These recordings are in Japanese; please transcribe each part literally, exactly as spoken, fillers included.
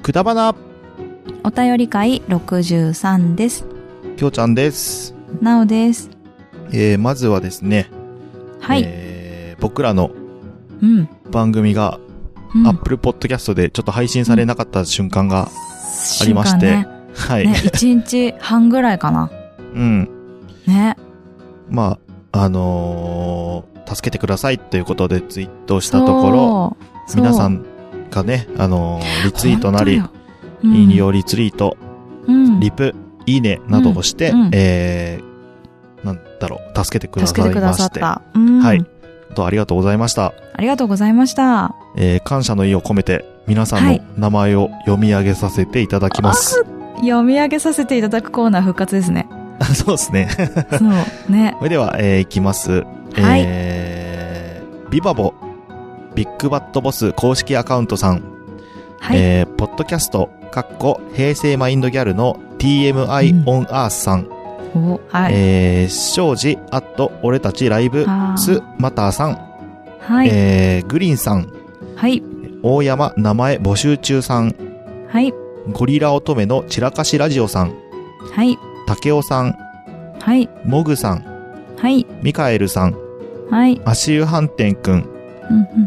くだばなお便り会ろくじゅうさんです。 きょうちゃんです。 なおです。 えー、まずはですね、 はい、 えー、僕らの番組が、 うん、 Apple Podcast でちょっと配信されなかった瞬間がありまして、 ね、 はい、 ね、いちにちはんぐらいかな。 うん。 ね。 まあ、あのー、助けてくださいということでツイートしたところ、皆さんがね、あのー、リツイートなり、うん、引用リツイート、うん、リプ、いいねなどをして、うんうん、えー、なんだろう、助けてくださいまして。助けてくださった。うん、はい。とありがとうございました。 ありがとうございました。 えー、感謝の意を込めて、皆さんの名前を読み上げさせていただきます。 はい、読み上げさせていただくコーナー復活ですね。 そうですね。 そうね。 それでは、えー、いきます。 はい。 えー、ビバボ、ビッグバットボス公式アカウントさん。 はい。 えー、ポッドキャスト、かっこ、平成マインドギャルの ティーエムアイ オンアースさん。 うん、おはい。 えー、庄司、アット、俺たちライブ、ス、マターさん。 はい。 えー、グリーンさん。 はい。 大山、名前募集中さん。 はい。 ゴリラ乙女の散らかしラジオさん。 はい。 竹尾さん。 はい。 モグさん。 はい。 ミカエルさん。 はい。 足湯飯店くん。 うんうん。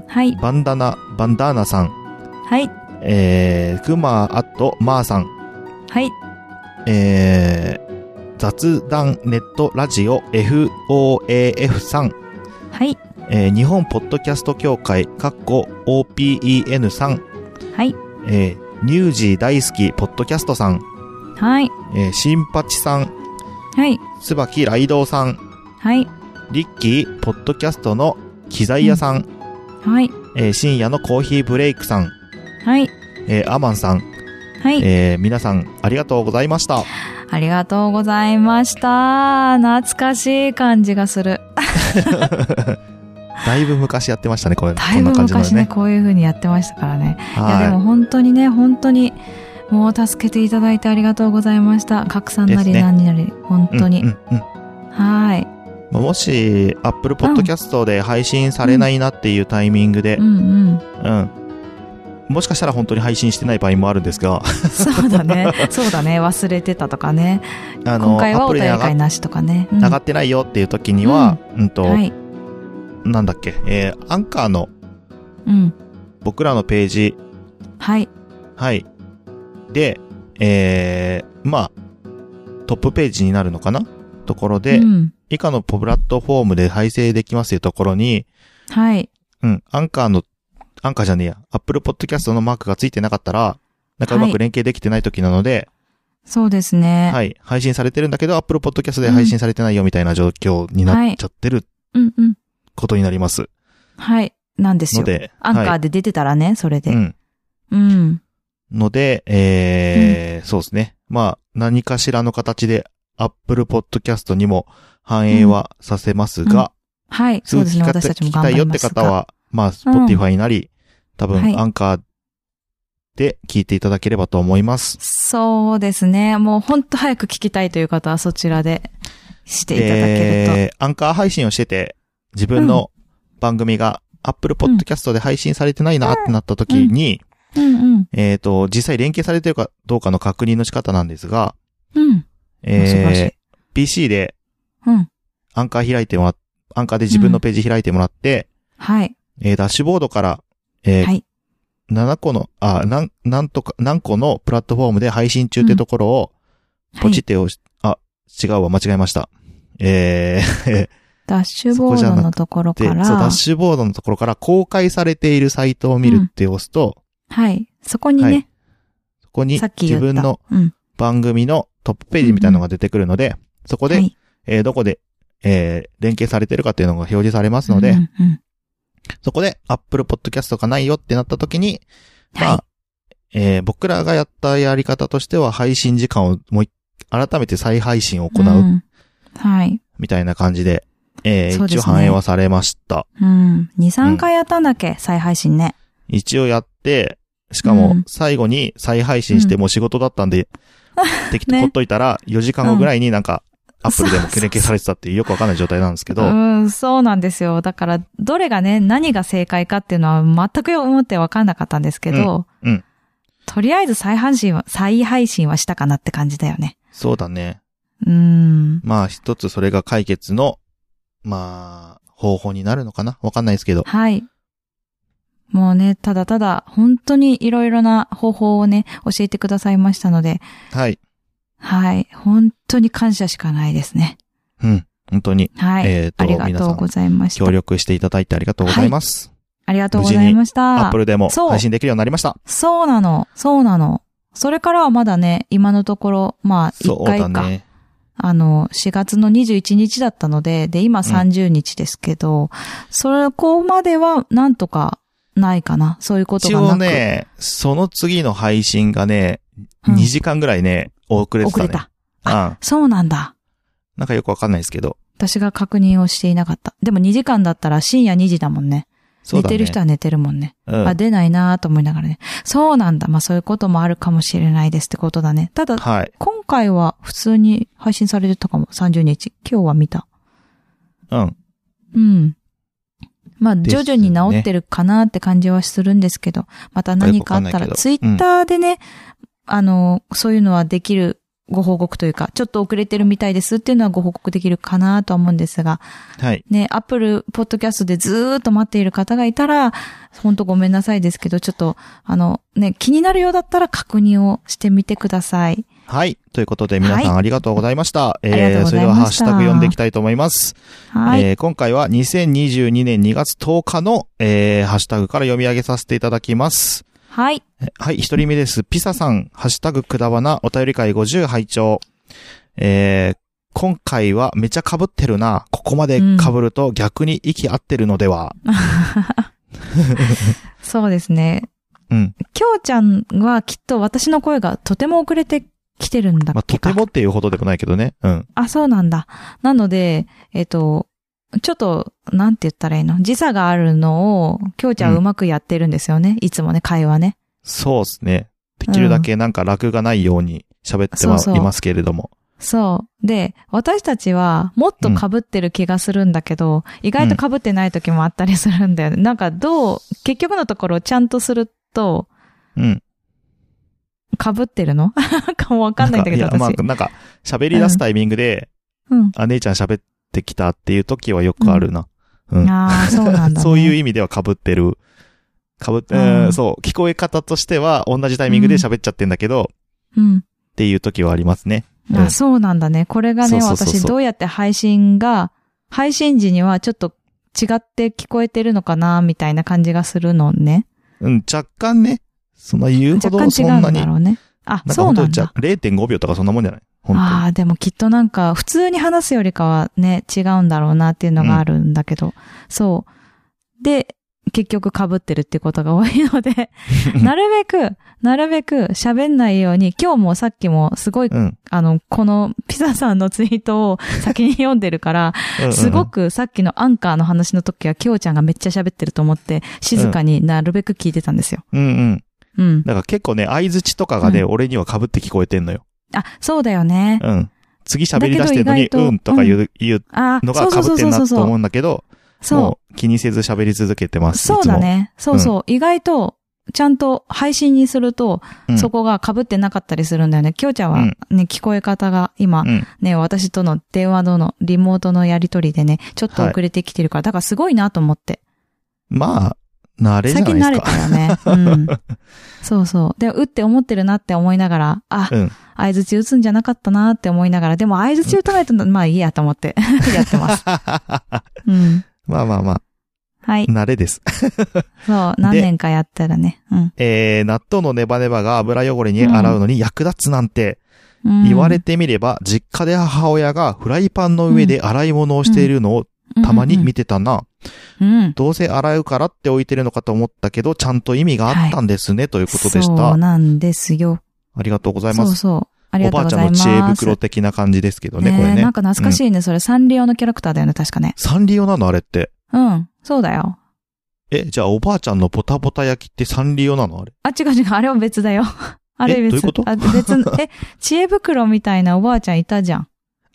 はい。 バンダナ、バンダーナさん。 はい。 えー、クマアットマーさん。 はい。 えー、雑談ネットラジオ エフオーエーエフ さん。 はい。 えー、日本ポッドキャスト協会、かっこ オーピーイーエヌ さん。 はい。 えー、ニュージー大好きポッドキャストさん。 はい。 えー、シンパチさん。 はい。 椿ライドウさん。 はい。 リッキー、ポッドキャストの機材屋さん。 うん、はい。 えー、深夜のコーヒーブレイクさん。 はい。 えー、アマンさん。 はい。 えー、皆さん、ありがとうございました。 ありがとうございました。懐かしい感じがする。 だいぶ昔やってましたね、これ。 だいぶ昔ね、こういう風にやってましたからね。いや、でも本当にね、本当に、もう助けていただいてありがとうございました。拡散なり何なり、ね、本当に。うんうんうん、はい。 もし、Apple Podcast で配信されないなっていうタイミングで、 うんうん。うん。 もしかしたら本当に配信してない場合もあるんですが。 そうだね。そうだね。忘れてたとかね。あの、今回はお便り会なしとかね。 上がってないよっていう時には、うん、うんと、 はい、 なんだっけ、えー、アンカーの、 うん。僕らのページ。 はい。 はい。で、えー、まあ、トップページになるのかなところで、うん、以下のプラットフォームで配信できますというところに、 はい。 うん、アンカーの、アンカーじゃねえや、Apple Podcast のマークがついてなかったら、なんかうまく連携できてない時なので、はい、 そうですね。 はい。配信されてるんだけど、Apple Podcast で配信されてないよみたいな状況になっちゃってる、 うん、うんうん。 ことになります。 はい。なんですよ。ので、アンカーで出てたらね、はい、それで。うん。うん。 ので、えー、うん、そうですね。まあ、何かしらの形で Apple Podcast にも反映はさせますが、うんうん、 はい。そうですね。私たちも頑張りますが。聞きたいよって方は、まあ、Spotify なり、うん、多分、アンカーで聞いていただければと思います。 そうですね。もうほんと早く聞きたいという方はそちらでしていただけると。 えー、アンカー配信をしてて、自分の番組が Apple Podcast で配信されてないなってなった時に、 うんうんうん、 えっと、実際連携されてるかどうかの確認の仕方なんですが、 うん、 えー、ピーシー で、アンカー開いてもらっ、アンカーで自分のページ開いてもらって、 うん、はい。 えー、ダッシュボードから、えーはい、ななこの、あ、なん、なんとか、何個のプラットフォームで配信中ってところを、ポチって押し、うんはい、あ、違うわ、間違えました。えー、 ダッシュボードのところから、 そう、ダッシュボードのところから公開されているサイトを見るって押すと、 うん、はい。そこにね、はい、 そこに自分の番組のトップページみたいなのが出てくるので、うんうん、そこで、はい、えー、どこで、えー、連携されてるかっていうのが表示されますので、うんうん、そこで Apple Podcast がないよってなった時に、まあ、はい、えー、僕らがやったやり方としては配信時間をもう改めて再配信を行う、うん、 はい。 みたいな感じで、えーね、一応反映はされました。 うん。に、さんかいやったんだっけ、うん、再配信ね。 一応やって、しかも最後に再配信してもう仕事だったんで、うん、適当にほっといたらよじかんごぐらいになんか、アップルでも連携されてたっていうよくわかんない状態なんですけど。 うん、そうなんですよ。だから、どれがね、何が正解かっていうのは全く思ってわかんなかったんですけど。 うん。うん、 とりあえず再配信は、再配信はしたかなって感じだよね。 そうだね。 うーん。 まあ一つそれが解決の、まあ、方法になるのかなわかんないですけど。 はい。もうね、ただただ、本当にいろいろな方法をね、教えてくださいましたので。 はい。 はい。本当に感謝しかないですね。 うん。本当に。 はい。えっと、ありがとうございました。 協力していただいてありがとうございます。 はい、ありがとうございました。 アップルでも配信できるようになりました。 そうなの。そうなの。それからはまだね、今のところ、まあ、いっかいか。そうだね。あの、しがつのにじゅういちにちだったので、で、今さんじゅうにちですけど、うん、それ、こまではなんとかないかな。そういうことがなく。 一応ね、その次の配信がね、うん、にじかんぐらいね、遅れてたね。 遅れた。あ、うん、そうなんだ。 なんかよくわかんないですけど。 私が確認をしていなかった。でもにじかんだったら深夜にじだもんね。寝てる人は寝てるもんね。うん、あ、出ないなと思いながらね。そうなんだ。まあそういうこともあるかもしれないですってことだね。ただ、はい、今回は普通に配信されてたかも。さんじゅうにち。今日は見た。 うん。 うん。まあ徐々に治ってるかなって感じはするんですけど、また何かあったら、ツイッターでね、うん、あの、そういうのはできるご報告というか、ちょっと遅れてるみたいですっていうのはご報告できるかなとは思うんですが、 はい。 ね、アップルポッドキャストでずーっと待っている方がいたら、ほんとごめんなさいですけど、ちょっと、あの、ね、気になるようだったら確認をしてみてください。 はい。ということで皆さんありがとうございました。はい、えー、ありがとうございました。それではハッシュタグ読んでいきたいと思います。はい。えー、今回はにせんにじゅうにねんにがつとおかの、えー、ハッシュタグから読み上げさせていただきます。 はい。 はい、一人目です。ピサさん、ハッシュタグくだばな、お便り会ごじゅう拝聴。えー、今回はめちゃ被ってるな。ここまで被ると逆に息合ってるのでは。うん、 そうですね。 うん。 きょうちゃんはきっと私の声がとても遅れてきてるんだっけか。まあ、 とてもっていうほどでもないけどね。うん。 あ、そうなんだ。なので、えっと、ちょっと、なんて言ったらいいの？時差があるのを、きょうちゃんはうまくやってるんですよね。うん、いつもね、会話ね。 そうですね。できるだけなんか楽がないように喋ってはいますけれども。 そう。で、私たちはもっと被ってる気がするんだけど、うん、意外と被ってない時もあったりするんだよね。うん、なんかどう、結局のところちゃんとすると、 うん。 被ってるのかもわかんないんだけど、私。 まあ、なんか、喋り出すタイミングで、うん。あ、姉ちゃん喋ってきたっていう時はよくあるな。うん。うん、 ああ、そうなんだ、ね。 そういう意味では被ってる。被って、うん、そう、聞こえ方としては同じタイミングで喋っちゃってんだけど、 うん。 っていう時はありますね。 あ、うん、そうなんだね。これがね、そうそうそうそう、私どうやって配信が、配信時にはちょっと違って聞こえてるのかな、みたいな感じがするのね。 うん、若干ね。そんな言うほどそんなに。 若干違うんだろうね。あ、そうなんだ。 れいてんごびょうとかそんなもんじゃない？本当に。 ああ、でもきっとなんか、普通に話すよりかはね、違うんだろうなっていうのがあるんだけど。うん、そう。で、結局被ってるってことが多いので、なるべく、なるべく喋んないように、今日もさっきもすごい、うん、あの、このピザさんのツイートを先に読んでるから、すごくさっきのアンカーの話の時は、きょうちゃんがめっちゃ喋ってると思って、静かになるべく聞いてたんですよ。 うんうん。うん。だから結構ね、相槌とかがね、うん、俺には被って聞こえてんのよ。 あ、そうだよね。 うん。次喋り出してるのに、うんとか言う、うん、言うのが被ってんなと思うんだけど、そう。もう気にせず喋り続けてます。 そうだね。そうそう。うん、意外と、ちゃんと配信にすると、うん、そこが被ってなかったりするんだよね。きょうちゃんはね、うん、聞こえ方が今、うん、ね、私との電話のリモートのやりとりでね、ちょっと遅れてきてるから、はい、だからすごいなと思って。 まあ、慣れじゃないですか。 最近慣れたよね。うん。そうそう。で、うって思ってるなって思いながら、あ、うん、相槌打つんじゃなかったなって思いながら、でも相槌打たないと、まあいいやと思ってやってます。うん。 まあまあまあ。 はい。 慣れです。 そう、何年かやったらね。うん。 えー、納豆のネバネバが油汚れに洗うのに役立つなんて、うん、言われてみれば、実家で母親がフライパンの上で洗い物をしているのをたまに見てたな。うん。どうせ洗うからって置いてるのかと思ったけど、ちゃんと意味があったんですね、はい、ということでした。 そうなんですよ。 ありがとうございます。 そうそう。ありがとうございます。 おばあちゃんの知恵袋的な感じですけどね、 ね、 これね。 なんか懐かしいね、うん、それサンリオのキャラクターだよね、確かね。 サンリオなのあれって。 うん、そうだよ。 え、じゃあおばあちゃんのポタポタ焼きってサンリオなのあれ。 あ、違う違う、あれは別だよ。あれ別。 え、どういうこと？ あ別の、え、知恵袋みたいなおばあちゃんいたじゃん。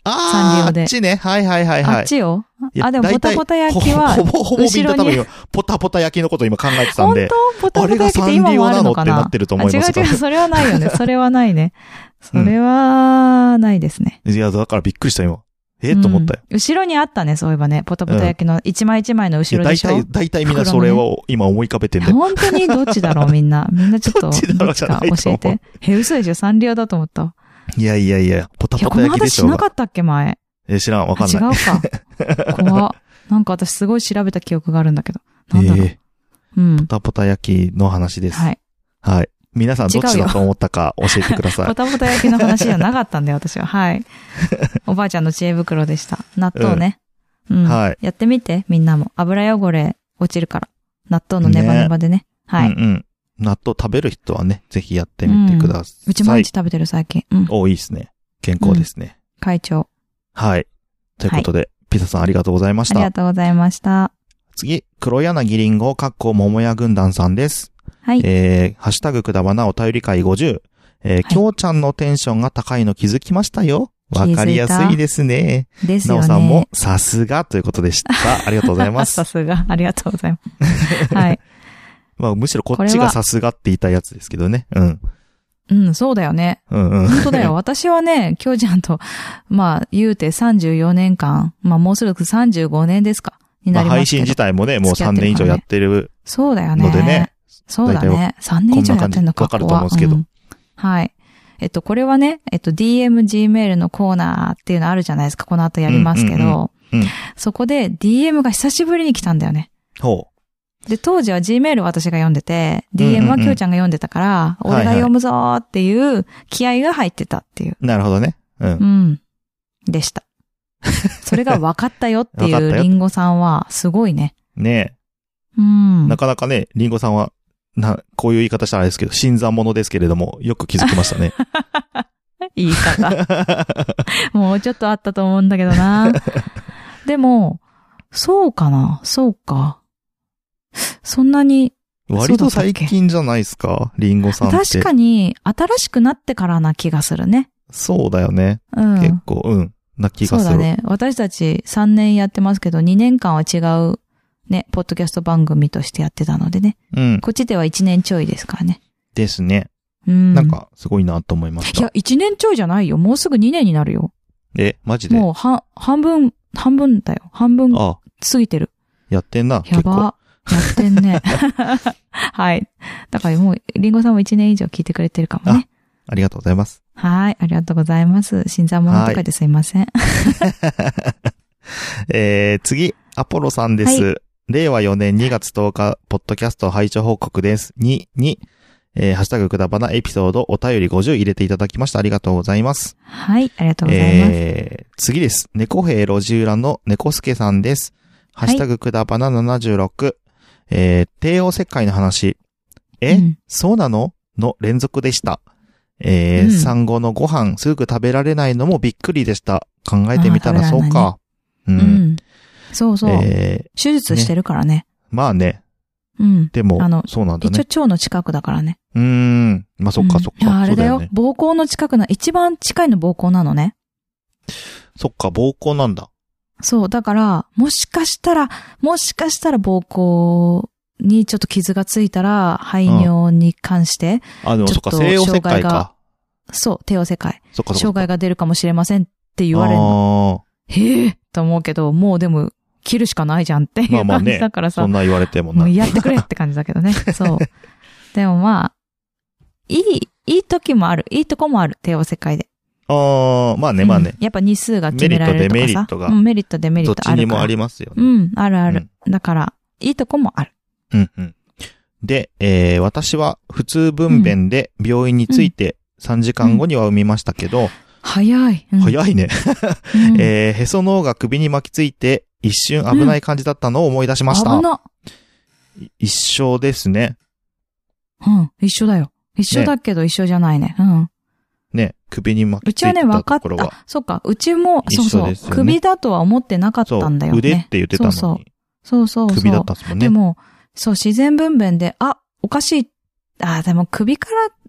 ああ、あっちね。はいはいはいはい。 あっちよ。あ、でもポタポタ焼きは、 ほぼほぼみんな多分今、ポタポタ焼きのこと今考えてたんで。 本当ポタポタ焼きって今もあるのかな？ あれがサンリオなのってなってると思いますが。違う違う、それはないよね。それはないね。それは、ないですね、 うん。いや、だからびっくりした今。えー、と思ったよ、 うん。後ろにあったね、そういえばね。ポタポタ焼きの一枚一枚の後ろでしょ。 大体、大体みんなそれを今思い浮かべてんだよ。 本当にどっちだろうみんな。みんなちょっと、 どっちだろうじゃないと思う。 教えて。え、嘘でしょ？サンリオだと思った。 いやいやいや、ポタポタ焼きでしょ。 いや、この話しなかったっけ前。 え、知らん、わかんない。 違うか。怖っ。なんか私すごい調べた記憶があるんだけど。なんだろう。えー、うん。 ポタポタ焼きの話です。 はい。 はい。皆さんどっちだと思ったか教えてください。 ポタポタ焼きの話じゃなかったんだよ、私は。はい。おばあちゃんの知恵袋でした。納豆ね。うん。うん、はい。やってみて、みんなも。油汚れ落ちるから。納豆のネバネバでね。ねはい。 うんうん。納豆食べる人はね、ぜひやってみてください。 うん、うち毎日食べてる最近。うん。 お、いいですね。健康ですね。 うん、会長。 はい。ということで、はい、ピザさんありがとうございました。 ありがとうございました。 次、黒柳りんごかっこ桃屋軍団さんです。はい。えー、ハッシュタグくだばなお便り会ごじゅう。えー、きょうちゃんのテンションが高いの気づきましたよ。わかりやすいですね。 ですよね。 なおさんもさすがということでした。ありがとうございます。 さすが。ありがとうございます。はい。 まあむしろこっちがさすがって言いたやつですけどね。うん。 うん、そうだよね。 うんうん。 本当だよ。私はね、きょうちゃんと、まあ、言うてさんじゅうよねんかん、まあもうすぐさんじゅうごねんですか。になりますけど。まあ配信自体もね、もうさんねん以上やってるのでね。 そうだよね。そうだね。さんねん以上やってんのか。 わかると思うんですけど、うん。 はい。えっと、これはね、えっと、ディーエム、Gmail のコーナーっていうのあるじゃないですか。この後やりますけど、うんうんうんうん、そこで ディーエム が久しぶりに来たんだよね。 ほう。 で、当時は Gmail 私が読んでて、ディーエム はきょうちゃんが読んでたから、うんうんうん、俺が読むぞーっていう気合が入ってたっていう。 なるほどね。うん。 うん。でした。それが分かったよっていうリンゴさんはすごいね。 ねえ。 うん。 なかなかね、リンゴさんは、な、こういう言い方したらあれですけど、新参者ですけれども、よく気づきましたね。 言い方。もうちょっとあったと思うんだけどな。でも、そうかな、そうか。そんなに。 割と最近じゃないですか、リンゴさんって。 確かに、新しくなってからな気がするね。 そうだよね。 うん。 結構、うん。な気がする。 そうだね。私たちさんねんやってますけど、にねんかんは違う、ね、ポッドキャスト番組としてやってたのでね。 うん。 こっちではいちねんちょいですからね。 ですね。 うん。 なんか、すごいなと思いました。 いや、いちねんちょいじゃないよ。もうすぐにねんになるよ。 え、マジで？ もう、は、半分、半分だよ。半分、過ぎてる。 やってんな、 やば。やってんね。はい。だからもう、リンゴさんもいちねん以上聞いてくれてるかもね。 あ、ありがとうございます。 はい。ありがとうございます。新参者とかですいません。 えー、次、アポロさんです。はい、れいわよねんにがつとおか、ポッドキャスト拝聴報告です。に、に、えー、ハッシュタグくだばなエピソードお便りごじゅう入れていただきました。ありがとうございます。 はい。ありがとうございます。 えー、次です。猫兵路地裏の猫助さんです。ハッシュタグくだばなななじゅうろく。えー、帝王切開の話。え、うん、そうなのの連続でした。えー、うん、産後のご飯すぐ食べられないのもびっくりでした。考えてみたらそうか。 ね、うん、うん。そうそう。えー、手術してるからね。 まあね。 うん。 でも、あの、そうなんだね。 一応腸の近くだからね。 うーん。まあそっかそっか。 うん、いや、あれだよ。だよね、膀胱の近くな、一番近いの膀胱なのね。 そっか、膀胱なんだ。 そう、だから、もしかしたら、もしかしたら膀胱にちょっと傷がついたら、排尿に関して、 うん、あ、でもそっか、帝王切開か。 そう、帝王切開。 そっかそっか。 障害が出るかもしれませんって言われるの。へえ、と思うけど、もうでも、切るしかないじゃんっていう感じだからさ。 まあまあね、そんな言われてもな。 もうやってくれって感じだけどね。そう。でもまあ、いい、いい時もある。いいとこもある。帝王切開で。 ああ、まあね、まあね、 うん。やっぱ日数が決められるとかさ。メリット、デメリットが。うん、メリット、デメリットあるから。どっちにもありますよね。 うん、あるある。うん、だから、いいとこもある。 うんうん。で、えー、私は普通分娩で病院に着いてさんじかんごには産みましたけど。うんうん、 早い。 うん、早いね。うん、えー、へその緒が首に巻きついて一瞬危ない感じだったのを思い出しました。 うん、危な。 一緒ですね。 うん、一緒だよ。一緒だけど一緒じゃないね。うん。 ね、首に巻きついてたところは。うちはね、分かった。 そうか、うちも、そうそう、首だとは思ってなかったんだよね。 腕って言ってたのに。 そうそうそうそう。 首だったんですもんね。 でも、そう、自然分娩で、あ、おかしい。あ、でも首から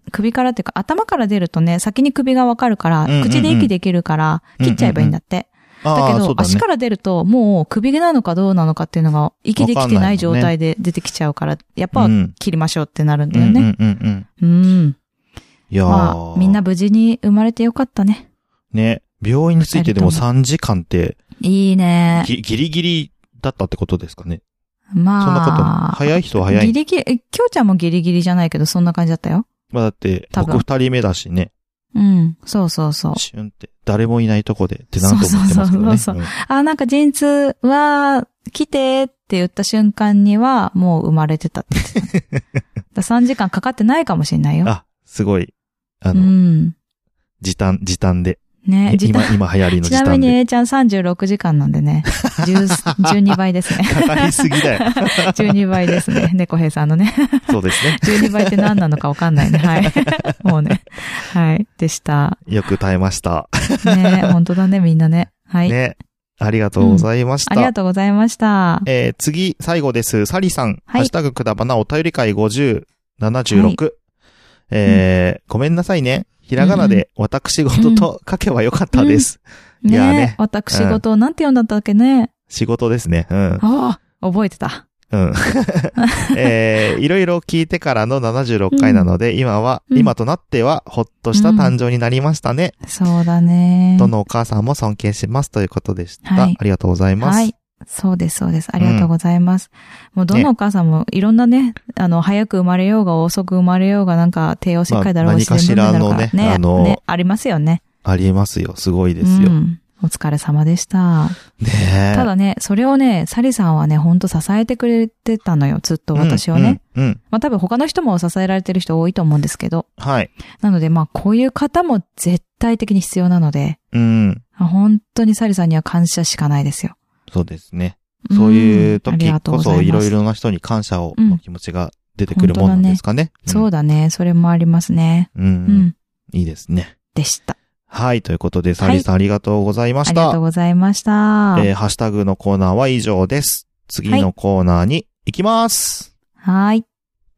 首からっていうか頭から出るとね、先に首がわかるから、うんうんうん、口で息できるから、切っちゃえばいいんだって。うんうんうん、だけど、ね、足から出ると、もう首なのかどうなのかっていうのが、息できてない状態で出てきちゃうから、やっぱ切りましょうってなるんだよね。うんうんうんうん。うん。いやー。まあ、みんな無事に生まれてよかったね。 ね。病院についてでもさんじかんって、 いいね。 ギリギリだったってことですかね。 まあ。 そんなこと、早い人は早い。 ギリギリ、きょうちゃんもギリギリじゃないけど、そんな感じだったよ。 まあだって、僕二人目だしね。 うん、そうそうそう。 シュンって、誰もいないとこでってなんと思ってますけどね。そうそうそうそう、うん、 あ、なんか陣痛は、来てって言った瞬間には、もう生まれてたって言ってた。ださんじかんかかってないかもしれないよ。 あ、すごい。あの、うん、時短、時短で。ね、今、今流行りの時短で。 ちなみに A ちゃんさんじゅうろくじかんなんでね。じゅうにばいですね。 かかりすぎだよ。 じゅうにばいですね。猫兵さんのね。 そうですね。 じゅうにばいって何なのかわかんないね。はい。もうね。はい。でした。 よく耐えました。 ね、本当だね、みんなね。はい。 ね。ありがとうございました。 うん、ありがとうございました。 えー、次、最後です。サリさん。はい、ハッシュタグくだばなお便り会ごじゅう、ななじゅうろく。はい、えー、うん、ごめんなさいね。ひらがなで私事と書けばよかったです。 うんうん、いやね。私事、うん、なんて読んだったっけね。 仕事ですね。うん。 ああ、覚えてた。 うん。えー、いろいろ聞いてからのななじゅうろっかいなので、うん、今は、うん、今となっては、ほっとした誕生になりましたね。 うん、そうだね。 どのお母さんも尊敬しますということでした。はい、ありがとうございます。はい。 そうです、そうです。ありがとうございます。うん、もうどのお母さんもいろんなね、あの、早く生まれようが遅く生まれようがなんか帝王切開だろうし、 まあ、何かしらのね、 ね、あの、ね、ありますよね。 ありますよ。すごいですよ。うん、 お疲れ様でした。 ねえ。 ただね、それをね、サリさんはね、ほんと支えてくれてたのよ、ずっと私をね。うん。うん、まあ多分他の人も支えられてる人多いと思うんですけど。 はい。 なのでまあこういう方も絶対的に必要なので。うん。本当にサリさんには感謝しかないですよ。 そうですね。そういう時こそいろいろな人に感謝をの気持ちが出てくるものなんですかね。 うん、そうだね。それもありますね。 うん。うん、いいですね。 でした。 はい。ということで、サリさん、はい、ありがとうございました。 ありがとうございました。 えー、ハッシュタグのコーナーは以上です。次のコーナーに行きます。 はい。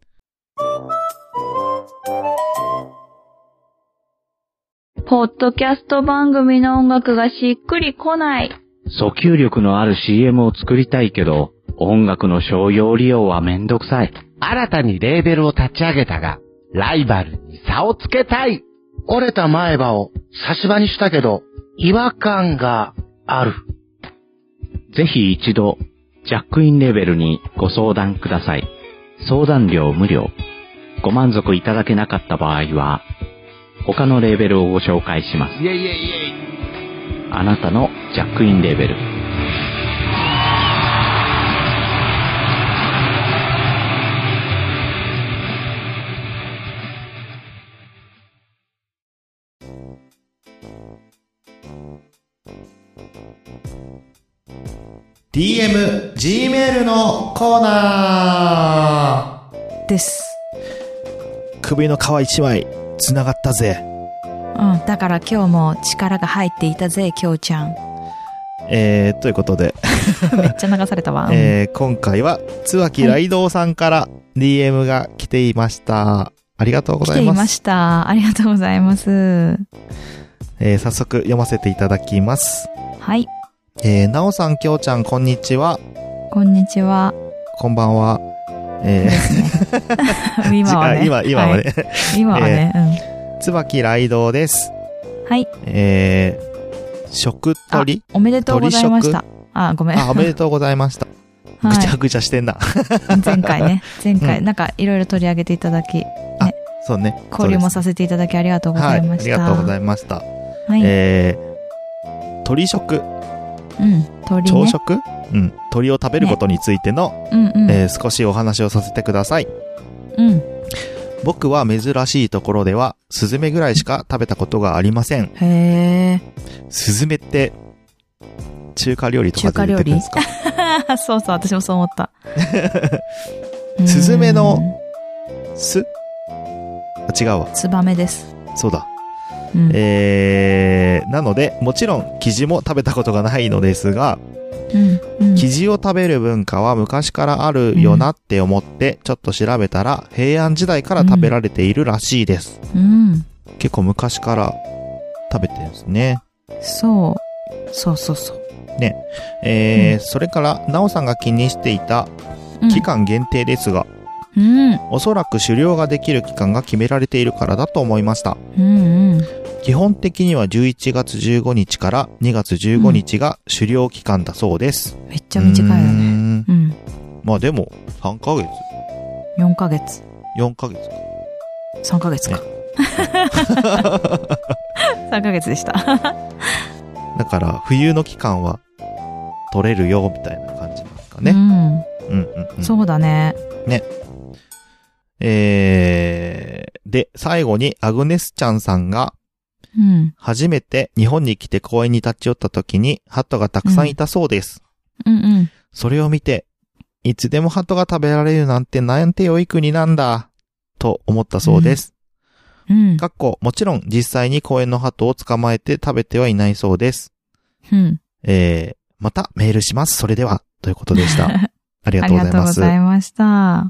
ポッドキャスト番組の音楽がしっくりこない。 訴求力のある シーエム を作りたいけど、音楽の商用利用はめんどくさい。 新たにレーベルを立ち上げたが、ライバルに差をつけたい。折れた前歯を差し歯にしたけど、違和感がある。 ぜひ一度、ジャックインレベルにご相談ください。相談料無料。ご満足いただけなかった場合は、他のレーベルをご紹介します。 イェイイェイイェイ。 あなたのジャックインレーベル。 ディーエム、G メールのコーナーです。 首の皮一枚、つながったぜ。 うん、だから今日も力が入っていたぜ、きょうちゃん。 えー、ということで。 めっちゃ流されたわ。 えー、今回は、つわきらいどうさんから ディーエム が来ていました。はい、ありがとうございます。 来ていました。ありがとうございます。 えー、早速読ませていただきます。 はい。 えー、なおさん、きょうちゃん、こんにちは。 こんにちは。 こんばんは。えー、今はね。 今、今はね。 はい、今はね。えー、うん。つばきらいどうです。 はい。 えー、食取りおめでとうございました。あ、ごめん。 あ、おめでとうございました。ぐちゃぐちゃしてんな。 前回ね。前回、うん、なんかいろいろ取り上げていただき、ね。 あ、そうね。 交流もさせていただきありがとうございました。 はい、ありがとうございました。はい。えー、鳥食。 うん、鳥ね。 朝食？うん。鳥を食べることについての、ね、うんうん、えー、少しお話をさせてください。 うん。 僕は珍しいところでは、スズメぐらいしか食べたことがありません。 へー。 スズメって、中華料理とかで出てくるんですか？ そうそう、私もそう思った。 スズメの、巣？あ、違うわ。 ツバメです。 そうだ。うん、えー、なので、もちろん、生地も食べたことがないのですが、 うんうん、 キジを食べる文化は昔からあるよなって思ってちょっと調べたら平安時代から食べられているらしいです。 うん、 結構昔から食べてるんですね。 そう。そうそうそう。 ね。えー、うん、それから、なおさんが気にしていた期間限定ですが、 うん、 おそらく狩猟ができる期間が決められているからだと思いました。 うんうん、 基本的にはじゅういちがつじゅうごにちからにがつじゅうごにちが狩猟期間だそうです。 うん、めっちゃ短いよね。うん。 まあでも、さんかげつ ? よん ヶ月。 よんかげつか。 さんかげつか。ね、さんかげつでした。 だから、冬の期間は取れるよ、みたいな感じなんですかね。 うん。 うんうんうん。 そうだね。 ね。えー、で、最後にアグネスちゃんさんが、 うん。 初めて日本に来て公園に立ち寄った時に、鳩がたくさんいたそうです。 うん、うん、うん。 それを見て、いつでも鳩が食べられるなんてなんて良い国なんだ、と思ったそうです。 うん。 かっこ、もちろん実際に公園の鳩を捕まえて食べてはいないそうです。 うん。 えー、またメールします。それでは、ということでした。ありがとうございます。ありがとうございました。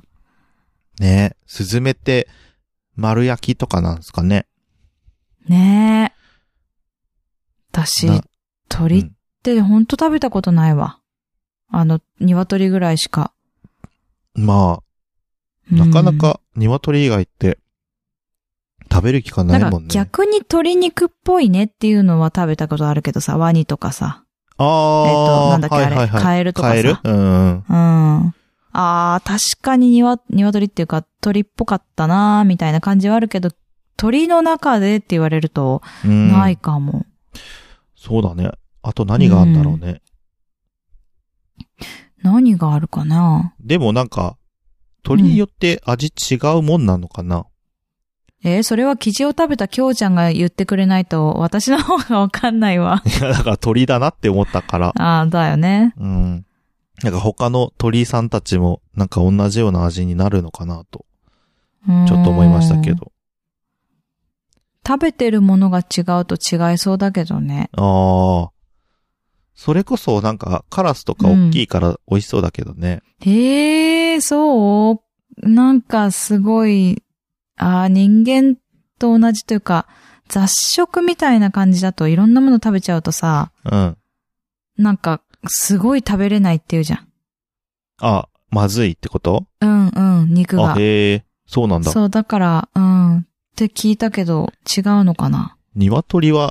ねえ、スズメって丸焼きとかなんですかね。 ねえ。私、鳥ってほんと食べたことないわ。あの、鶏ぐらいしか。 まあ、なかなか鶏以外って食べる機会ないもんね。 なんか逆に鶏肉っぽいねっていうのは食べたことあるけどさ、ワニとかさ。 ああ。 えっと、なんだっけ、 はいはいはい、 あれ、カエルとかさ。 カエル？うん。 うん。ああ、確かにニワ、鶏っていうか鳥っぽかったなーみたいな感じはあるけど、鳥の中でって言われると、ないかも、うん。 そうだね。あと何があるんだろうね。 うん、何があるかな？ でもなんか、鳥によって味違うもんなのかな？ うん、えー、それは生地を食べたきょうちゃんが言ってくれないと私の方がわかんないわ。 いや、だから鳥だなって思ったから。 ああ、だよね。 うん。なんか他の鳥さんたちもなんか同じような味になるのかなと、ちょっと思いましたけど。 食べてるものが違うと違いそうだけどね。 ああ。それこそなんかカラスとか大きいから美味しそうだけどね。 うん、へえ、そうなんかすごい、ああ、人間と同じというか、雑食みたいな感じだといろんなもの食べちゃうとさ、 うん。 なんか、すごい食べれないって言うじゃん。 あ、まずいってこと？ うんうん、肉が。 あ、へえ、そうなんだ。 そう、だから、うん、って聞いたけど、違うのかな。 鶏は、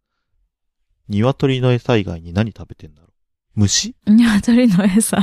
鶏の餌以外に何食べてんだろう？虫？ 鶏の餌。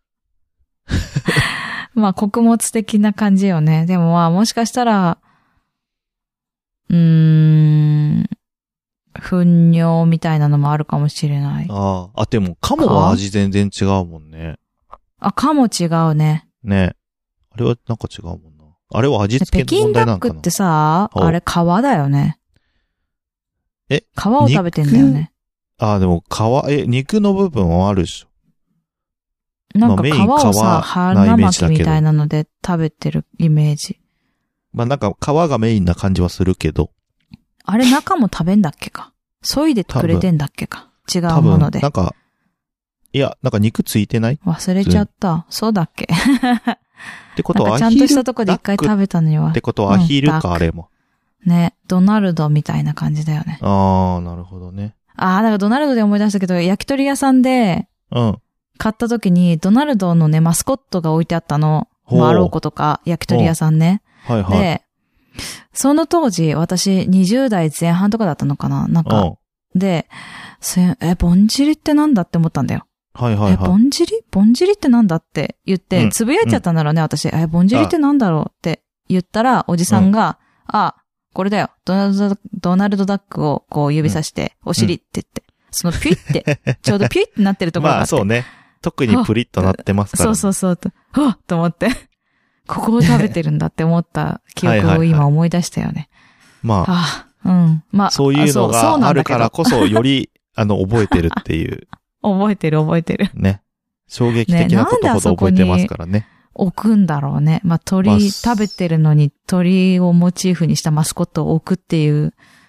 まあ、穀物的な感じよね。でもまあ、もしかしたら、うーん、糞尿みたいなのもあるかもしれない。 ああ、あ、でも、カモは味全然違うもんね。 あ、カモ違うね。 ね。あれはなんか違うもんな。あれは味付けの問題なんかな。 北京ダックってさ、あれ皮だよね。 え？ 皮を食べてんだよね。 ああ、でも皮、え、肉の部分はあるでしょ。 なんか皮をさ、花巻みたいなので食べてるイメージ。 まあなんか皮がメインな感じはするけど。 あれ中も食べんだっけか。削いでくれてんだっけか。違うもので。 なんか、いや、なんか肉ついてない？ 忘れちゃった。そうだっけ。 ってことはアヒル。 ちゃんとしたとこで一回食べたのには。 ってことはアヒルか、うん、あれも。 ね。ドナルドみたいな感じだよね。 ああ、なるほどね。 ああ、だからドナルドで思い出したけど、焼き鳥屋さんで、 うん。 買った時に、ドナルドのね、マスコットが置いてあったの。マローコとか、焼き鳥屋さんね。 はいはい。 で、その当時、私にじゅう代前半とかだったのかななんか。で、え、ぼんじりってなんだって思ったんだよ。 はいはいはい。 え、ぼんじりぼんじりってなんだって言って、うん、つぶやいちゃったんだろうね、うん、私。え、ぼんじりってなんだろうって言ったら、おじさんが、うん、あ、これだよ。ドナルド、ドナルドダックをこう指さして、うん、お尻って言って。そのピュイって、ちょうどピュイってなってるところがあって。 まあそうね。特にプリッとなってますから、ね。 そうそうそう。はっと思って。ここを食べてるんだって思った記憶を今思い出したよね。はいはいはい、 まあ、 ああ、うん。まあ、 そういうのがあるからこそ、より、あの、覚えてるっていう。 覚えてる覚えてる。 ね。衝撃的なことほど覚えてますからね。 置くんだろうね。まあ、鳥、まあ、食べてるのに鳥をモチーフにしたマスコットを置くっていう。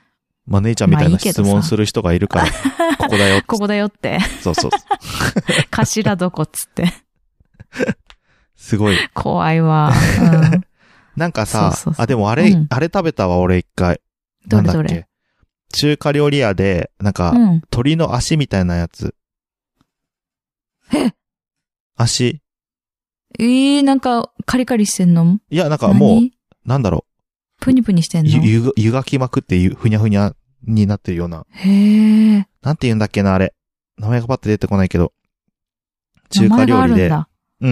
まあ、姉ちゃんみたいな質問する人がいるから、ここだよ。 ここだよって。 そうそう。 頭どこっつって。 すごい。 怖いわ。うん、 なんかさ、そうそうそう、あ、でもあれ、うん、あれ食べたわ、俺一回。 どれどれ。 なんだっけ。中華料理屋で、なんか、うん、鶏の足みたいなやつ。 え足。 えー、なんか、カリカリしてんの？ いや、なんかもう、なんだろう。 プニプニしてんの？ ゆ、湯がきまくってふにゃふにゃになってるような。 へー。 なんて言うんだっけな、あれ。名前がパッて出てこないけど。中華料理で。うん。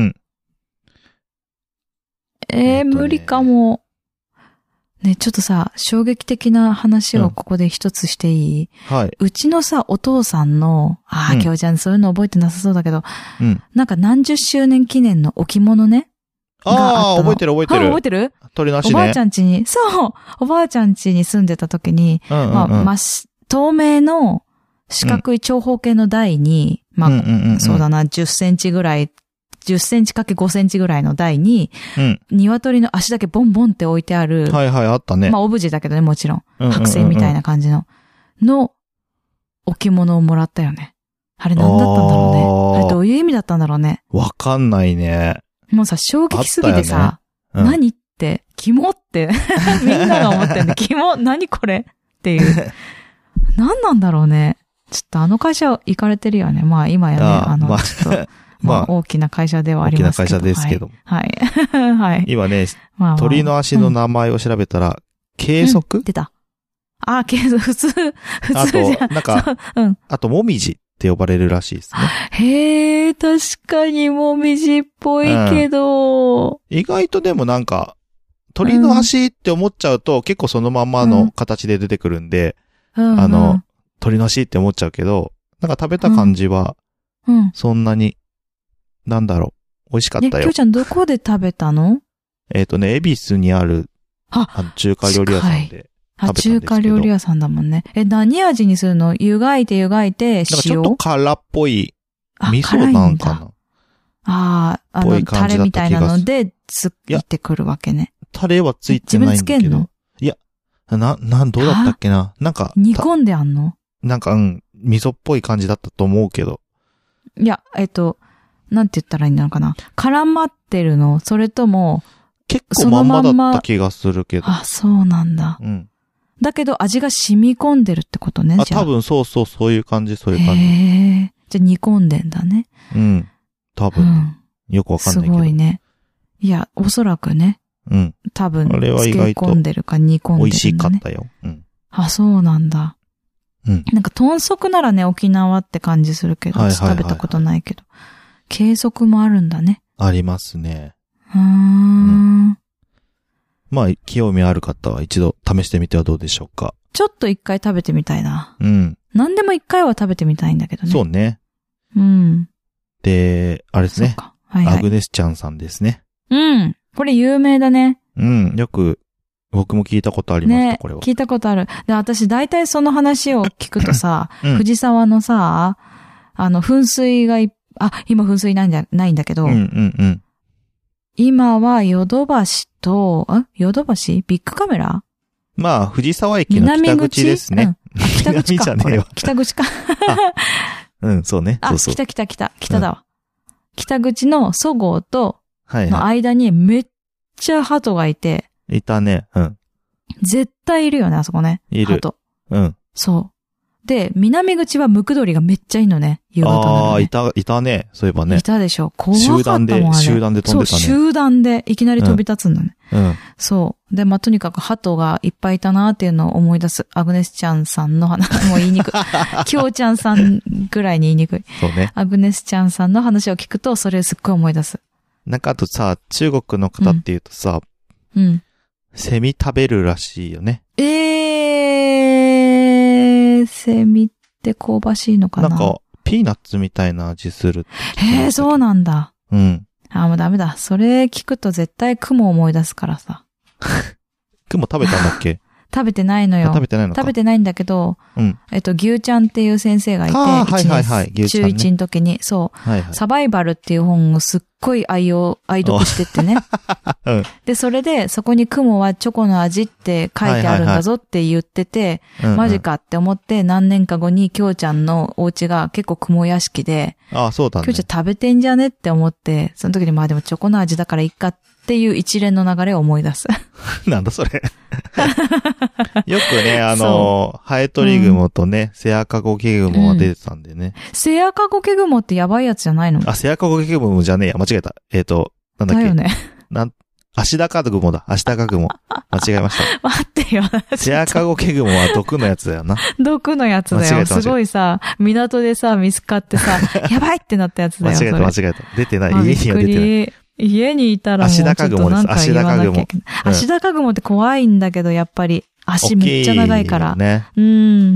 えー、えーね、無理かも。ね、ちょっとさ、衝撃的な話をここで一つしていい？ うん、はい。 うちのさ、お父さんの、ああ、うん、今日ちゃんそういうの覚えてなさそうだけど、 うん。 なんか何十周年記念の置物ね。 ああ、覚えてる覚えてる。 覚えてる？ 鳥の足ね。 おばあちゃん家に、そう、おばあちゃん家に住んでた時に、 うんうんうん、 まあ、まあ、透明の四角い長方形の台に、うん、まあ、うんうんうん、そうだな、じゅっセンチぐらい、じゅっセンチかけごセンチぐらいの台に、うん、鶏の足だけボンボンって置いてある。 はいはい、あったね。 まあ、オブジェだけどね、もちろん。剥製みたいな感じの、の置物をもらったよね。あれ何だったんだろうね。あれどういう意味だったんだろうね。 わかんないね。 もうさ、衝撃すぎてさ、ね、うん、何って、キモって、みんなが思ってんで、キモ、何これっていう。何なんだろうね。ちょっとあの会社行かれてるよね。まあ今やね、あ, あの、まあ、ちょっと、まあ大きな会社ではありますけど。 大きな会社ですけど。 はい。はい。はい、 今ね、まあまあ、鳥の足の名前を調べたら、うん、計測、 うん、出た。ああ、計測、普通、普通じゃん。 あと、なんか、うん、あと、もみじって呼ばれるらしいですね。 へえ、確かにもみじっぽいけど、うん、 意外とでもなんか、鳥の足って思っちゃうと、うん、結構そのまんまの形で出てくるんで、うん、あの、うん、鳥の足って思っちゃうけど、なんか食べた感じは、そんなに、なんだろう、美味しかったよ。 え、きょうちゃんどこで食べたの？ えっとね、恵比寿にある、あ、あの中華料理屋さんで食べたんですけど。あ、 中華料理屋さんだもんね。え、何味にするの？湯がいて湯がいて、塩？なんかちょっと辛っぽい、味噌なんかな。 ああ、あの、タレみたいなので、ついてくるわけね。 タレはついてないんだけど。自分つけんの？いや、な、なん、どうだったっけな。なんか。 煮込んであんの？ なんか、うん、味噌っぽい感じだったと思うけど。 いや、えっと、なんて言ったらいいのかな。絡まってるの？それとも、 結構まんまだった気がするけど。 あ、そうなんだ。 うん。 だけど味が染み込んでるってことね。 あ、多分そうそう、そういう感じ、そういう感じ。 へー。じゃあ煮込んでんだね。 うん。多分、ねうん。よくわかんないけど。 すごいね。いや、おそらくね。 うん。 多分、あれは意外と漬け込んでるか煮込んでる、ね。美味しかったよ。うん。 あ、そうなんだ。 うん。 なんか豚足ならね、沖縄って感じするけど、はいはいはいはい、食べたことないけど。計測もあるんだね。 ありますね。 うーん。うんまあ、興味ある方は一度試してみてはどうでしょうか。 ちょっと一回食べてみたいな。 うん。 何でも一回は食べてみたいんだけどね。 そうね。 うん。 で、あれですね。 はいはい、 アグネスちゃんさんですね。 うん。これ有名だね。 うん。よく、僕も聞いたことありました、ね、これは。 聞いたことある。で、私大体その話を聞くとさ、うん、藤沢のさ、あの、噴水がい、あ、今噴水ないんだ、ないんだけど、 うんうんうん。 今はヨドバシと、あヨドバシビッグカメラまあ、藤沢駅の北口ですね。 うん、あ北口か。 じゃねえわ北口か。 うん、そうね。 あ、 そうそう北北北、北だわ。うん、北口のそごうと、 はいはい。 の間にめっちゃ鳩がいて。 いたね。うん。 絶対いるよね、あそこね。 いる。 鳩。 うん。 そう。で、南口はムクドリがめっちゃいいのね。夕方なのね。 ああ、いた、いたね。そういえばね。 いたでしょ。怖かったもん、あれ。 集団で、集団で飛んでたね。 そう、集団でいきなり飛び立つんだね。 うん。 そう。で、まあ、とにかく鳩がいっぱいいたなっていうのを思い出す。アグネスちゃんさんの話、もう言いにくい。キョウちゃんさんぐらいに言いにくい。 そうね。 アグネスちゃんさんの話を聞くと、それすっごい思い出す。 なんかあとさ、中国の方っていうとさ、 うん。うん、 セミ食べるらしいよね。 えー、セミって香ばしいのかな？ なんか、ピーナッツみたいな味するって。 へー、そうなんだ。 うん。 あ、もうダメだ。それ聞くと絶対雲思い出すからさ。 雲食べたんだっけ？ 食べてないのよ。 食べてないのか。 食べてないんだけど、 うん。 えっと、牛ちゃんっていう先生がいて、 はいはいはい。 中いちの時に、そう、 はいはい。 サバイバルっていう本をすっごい愛用、愛読してってね。うん、で、それで、そこに雲はチョコの味って書いてあるんだぞって言ってて、はいはいはい、マジかって思って、何年か後にきょうちゃんのお家が結構雲屋敷で、 ああ、そうだね。 きょうちゃん食べてんじゃねって思って、その時にまあでもチョコの味だからいいかっていう一連の流れを思い出す。 なんだそれ。よくね、あの、ハエトリグモとね、セアカゴケグモは出てたんでね。 うん、セアカゴケグモってやばいやつじゃないの？ あ、セアカゴケグモじゃねえや。間違えた。えっ、ー、と、なんだっけ。 だよね。 なん、アシダカグモだ。アシダカグモ。間違えました。 待ってよ。 セアカゴケグモは毒のやつだよな。 毒のやつだよ。すごいさ、港でさ、見つかってさ、やばいってなったやつだよ。 間違えた、間違えた。出てない。家には出てない。 家にいたらもうちょっとなんか言わなきゃいけない。アシダカグモって怖いんだけど、やっぱり足めっちゃ長いから。ね。うん。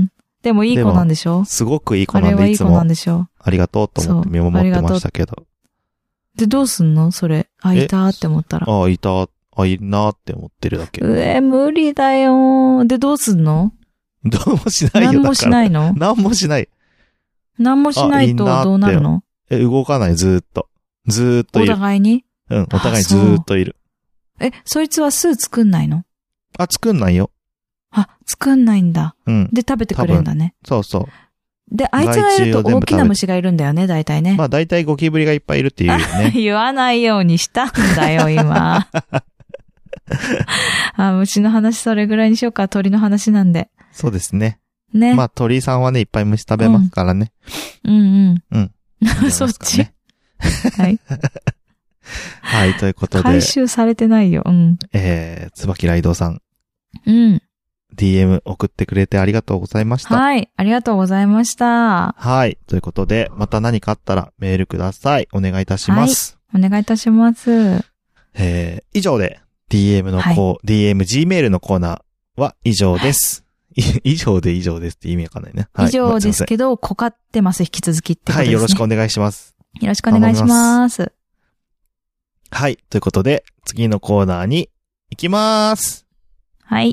でもいい子なんでしょ？ すごくいい子なんで、 あれはいい子なんでしょ？ ありがとうと思って見守ってましたけど。 で、どうすんのそれ。あ、いたって思ったら。 あ、いた。あ、いいなって思ってるだけ。 うえ、無理だよ。で、どうすんの？ どうもしないよ。 何もしないの？ 何もしない。 何もしないとどうなるの？ え、動かない、ずーっと。ずーっといる。 お互いに？ うん、お互いずーっといる。 え、そいつは巣作んないの？ あ、作んないよ。 あ、作んないんだ。 うん。 で、食べてくれるんだね。 そうそう。 で、あいつがいると大きな虫がいるんだよね、大体ね。 まあ大体ゴキブリがいっぱいいるっていうよね。 言わないようにしたんだよ、今。あ、虫の話それぐらいにしようか、鳥の話なんで。 そうですね。 ね。 まあ鳥さんはね、いっぱい虫食べますからね。 うん、うんうん。 うん。そっち。はい。 はい、ということで。 回収されてないよ。うん。 えー、椿ライドさん。 うん。 ディーエム 送ってくれてありがとうございました。 はい、ありがとうございました。 はい、ということで、また何かあったらメールください。お願いいたします。 はい、お願いいたします。 えー、以上で ディーエム のこう、はい、ディーエム Gmail のコーナーは以上です。はい、以上で以上ですって意味わかんないね。はい、 以上ですけど、こかってます、引き続きってことですね。はい、 よろしくお願いします。 よろしくお願いします。 はい。ということで、次のコーナーに行きまーす。 はい。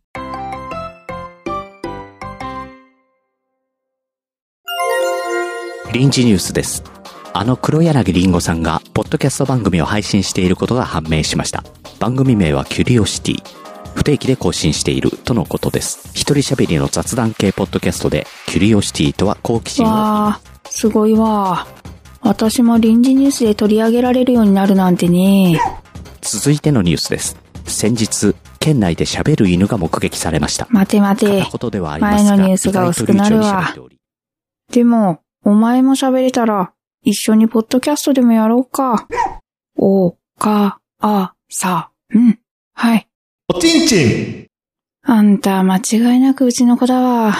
臨時ニュースです。あの黒柳りんごさんが、ポッドキャスト番組を配信していることが判明しました。番組名はキュリオシティ。不定期で更新しているとのことです。一人喋りの雑談系ポッドキャストで、キュリオシティとは好奇心を。 わー、すごいわー。私も臨時ニュースで取り上げられるようになるなんてね。 続いてのニュースです。先日、県内で喋る犬が目撃されました。 待て待て。前のニュースが薄くなるわ。でも、お前も喋れたら、一緒にポッドキャストでもやろうか。お、か、あ、さ、うん。はい。 おちんちん。 あんた間違いなくうちの子だわ。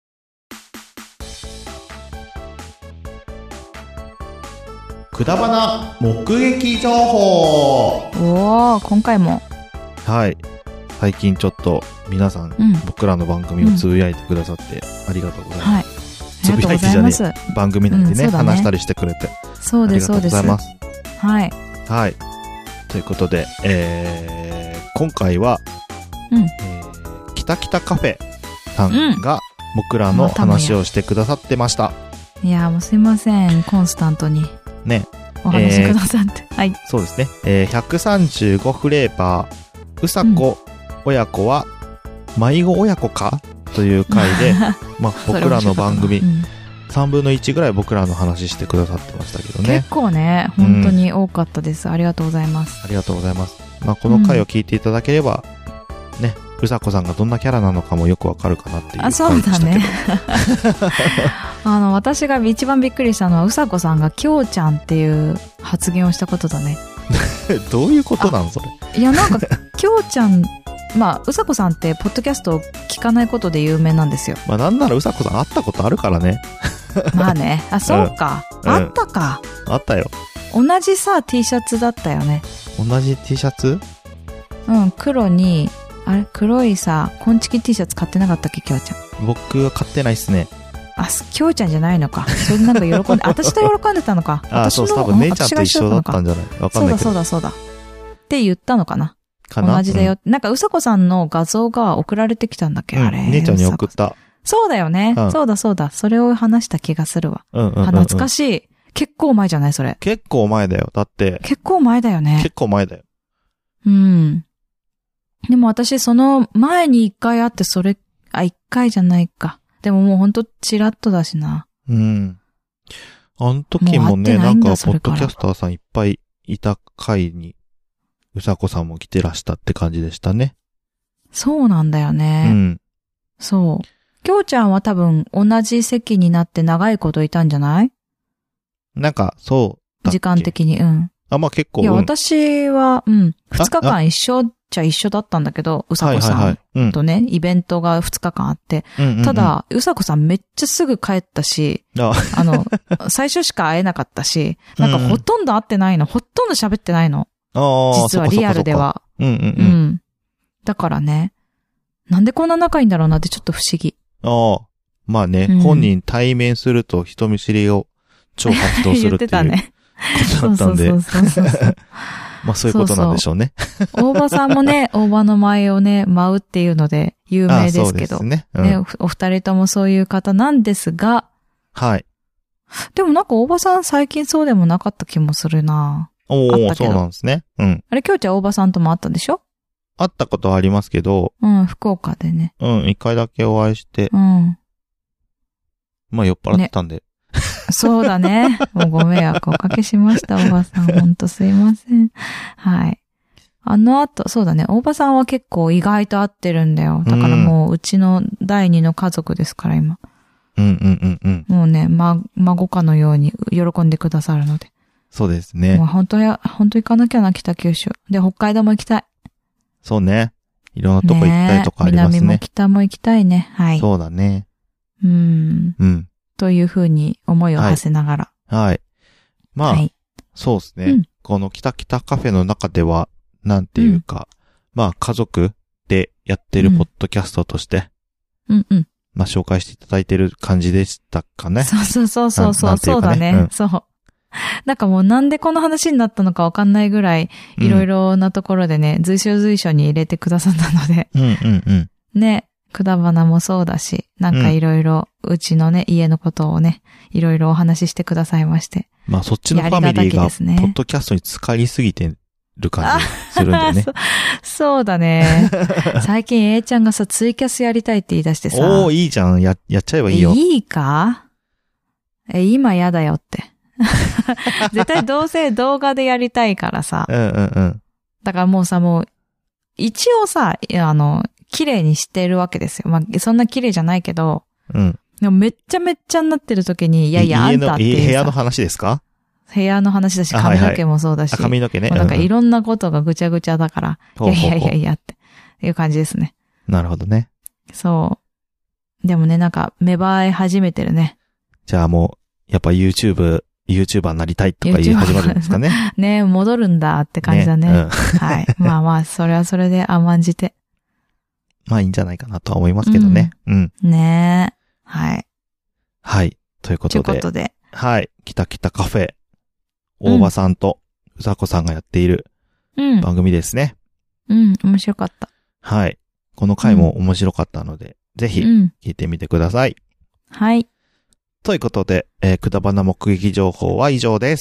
くだばな目撃情報。 おー、今回も。 はい。最近ちょっと皆さん、うん、僕らの番組をつぶやいてくださってありがとうございます。うん、はい。つぶやいてじゃねえ。番組内でね、うん、ね話したりしてくれて。 そうです、そうです。ありがとうございます。はい。 はい。ということで、えー、今回は、うん、えー、きたきたカフェさんが僕らの話をしてくださってました。 いやーもうすいません、コンスタントに。 ね。 お話しくださって。 えー、 はい。 そうですね。えー、ひゃくさんじゅうごフレーバー、うさこ親子は、迷子親子かという回で、まあ僕らの番組、うん、さんぶんのいちぐらい僕らの話してくださってましたけどね。 結構ね、本当に多かったです。うん、ありがとうございます。 ありがとうございます。まあこの回を聞いていただければ、うん、ね、うさこさんがどんなキャラなのかもよくわかるかなっていう。 あ、そうだね。あの、私が一番びっくりしたのは、うさこさんがきょうちゃんっていう発言をしたことだね。 どういうことなのそれ。 いや、なんか、きょうちゃん、まあ、うさこさんってポッドキャストを聞かないことで有名なんですよ。 まあなんならうさこさん会ったことあるからね。 まあね。あ、そうか。うん、あったか、 うん。あったよ。 同じさ、T シャツだったよね。 同じ T シャツ？ うん、黒に、あれ黒いさ、コンチキ T シャツ買ってなかったっけ、きょうちゃん。 僕は買ってないっすね。 あ、きょうちゃんじゃないのか。それなんか喜んで、私と喜んでたのか。 あ、そう、多分姉ちゃんと一緒だったんじゃない？わかんないけど。 そうだそうだそうだ。って言ったのかな。かな？同じだよ。うん、なんかうさこさんの画像が送られてきたんだっけ、うん、あれ。 姉ちゃんに送った。 そうだよね、うん。そうだそうだ。それを話した気がするわ。 うんうんうんうん、 懐かしい。 結構前じゃないそれ。 結構前だよ。だって。 結構前だよね。 結構前だよ。 うん。でも私その前に一回会ってそれ、あ、一回じゃないか。でももうほんとチラッとだしな。 うん。あの時もね、なんか、ポッドキャスターさんいっぱいいた回に、うさこさんも来てらしたって感じでしたね。 そうなんだよね。うん。そう。きょうちゃんは多分同じ席になって長いこといたんじゃない？ なんか、そうだっけ。 時間的に、うん。 あ、まあ、結構。 いや、うん、私は、うん、二日間一緒っちゃ一緒だったんだけど、うさこさんとね、はいはいはいうん、イベントが二日間あって。うんうんうん、ただ、うさこさんめっちゃすぐ帰ったし、あ, あの、最初しか会えなかったし、なんかほとんど会ってないの、ほとんど喋ってないの。実はリアルでは。 うんうんうん。うん。 だからね、なんでこんな仲いいんだろうなってちょっと不思議。 ああ。まあね、うん、本人対面すると人見知りを超発動するっていうことだったんで。 そうそうそうそうそう。 まあそういうことなんでしょうね。 そうそう大場さんもね、大場の前をね、舞うっていうので有名ですけど。そうですね。うん、ねお。お二人ともそういう方なんですが。 はい。 でもなんか大場さん最近そうでもなかった気もするな。 おー、そうなんですね。うん。 あれ、きょうちゃん大場さんとも会ったでしょ？ 会ったことはありますけど。 うん、福岡でね。 うん、一回だけお会いして。 うん。 まあ酔っ払ってたんで。ね、 そうだね。もうご迷惑おかけしました、大場さん。ほんとすいません。はい。あの後、そうだね。大場さんは結構意外と会ってるんだよ。だからもう、うちの第二の家族ですから、今。 うんうんうんうん。 もうね、ま、孫かのように喜んでくださるので。 そうですね。 もう本当や、本当行かなきゃな、北九州。で、北海道も行きたい。 そうね。いろんなとこ行きたいとこありますね。 南も北も行きたいね。はい。 そうだね。 うん。 うん。 というふうに思いを馳せながら。 はい。はい、まあ、はい、そうですね、うん。この北北カフェの中では、なんていうか、うん、まあ家族でやってるポッドキャストとして、 うん、うんうんまあ紹介していただいてる感じでしたかね。 そうそうそうそうそう、ね、そうだね、うん。そう。なんかもうなんでこの話になったのかわかんないぐらい、いろいろなところでね、うん、随所随所に入れてくださったので。 うんうんうん。 ね、くだばなもそうだし、なんかいろいろ、うちのね、家のことをね、いろいろお話ししてくださいまして。 まあそっちのファミリーが、ポッドキャストに浸かりすぎてる感じするんだよね。 そ, そうだね。最近 A ちゃんがさ、ツイキャスやりたいって言い出してさ。 おー、いいじゃん。や、やっちゃえばいいよ。 いいかえ、今やだよって。絶対どうせ動画でやりたいからさ。 うんうんうん。 だからもうさ、もう、一応さ、あの、綺麗にしてるわけですよ。まあ、そんな綺麗じゃないけど。 うん。 でもめっちゃめっちゃになってる時に、いやいや、あんたっていうさ。 部屋の話ですか？ 部屋の話だし、髪の毛もそうだし。 はいはい、髪の毛ね。 なんかいろんなことがぐちゃぐちゃだから。うんうん、いやいやいやいやっていう感じですね。 なるほどね。 そう。でもね、なんか芽生え始めてるね。 じゃあもう、やっぱ YouTube、YouTuber になりたいとか言い始まるんですかね。 ね戻るんだって感じだね。ねうん、はい。まあまあ、それはそれで甘んじて。 まあいいんじゃないかなとは思いますけどね。うん。 うん、ねえ。はい。 はい。ということで。 ということで。 はい。きたきたカフェ。大場さんとうさこさんがやっている番組ですね。 うん、うん、面白かった。 はい。この回も面白かったので、うん、ぜひ聞いてみてください。 うん、はい。 ということで、えー、くだばな目撃情報は以上です。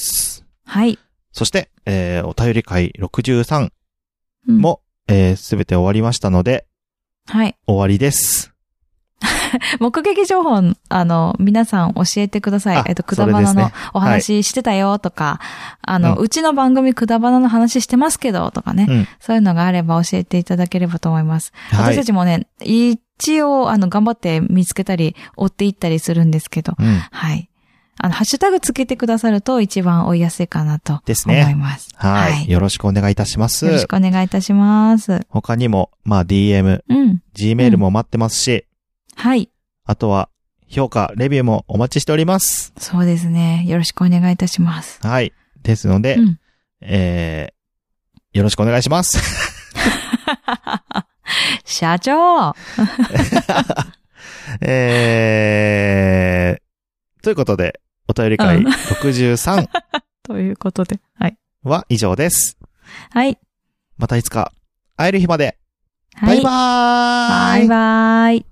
はい。 そして、えー、お便り会ろくじゅうさんも、すべ、うん、えー、て終わりましたので、 はい。 終わりです。 目撃情報、あの、皆さん教えてください。えっと、くだばなのお話してたよとか、ねはい、あの、うん、うちの番組くだばなの話してますけどとかね、うん、そういうのがあれば教えていただければと思います。はい、私たちもね、一応、あの、頑張って見つけたり、追っていったりするんですけど、うん、はい。あの、ハッシュタグつけてくださると一番追いやすいかなと思います。ですね。 はい。はい。よろしくお願いいたします。 よろしくお願いいたします。 他にも、まあ ディーエム、うん、Gmail も待ってますし、 うん、はい。あとは、評価、レビューもお待ちしております。 そうですね。よろしくお願いいたします。 はい。ですので、うん、えー、よろしくお願いします。 社長えー、ということで、お便り会ろくじゅうさん、うん、 ということで、はい。 は以上です。 はい。 またいつか会える日まで。 はい、 バイバーイ。 バイバーイ。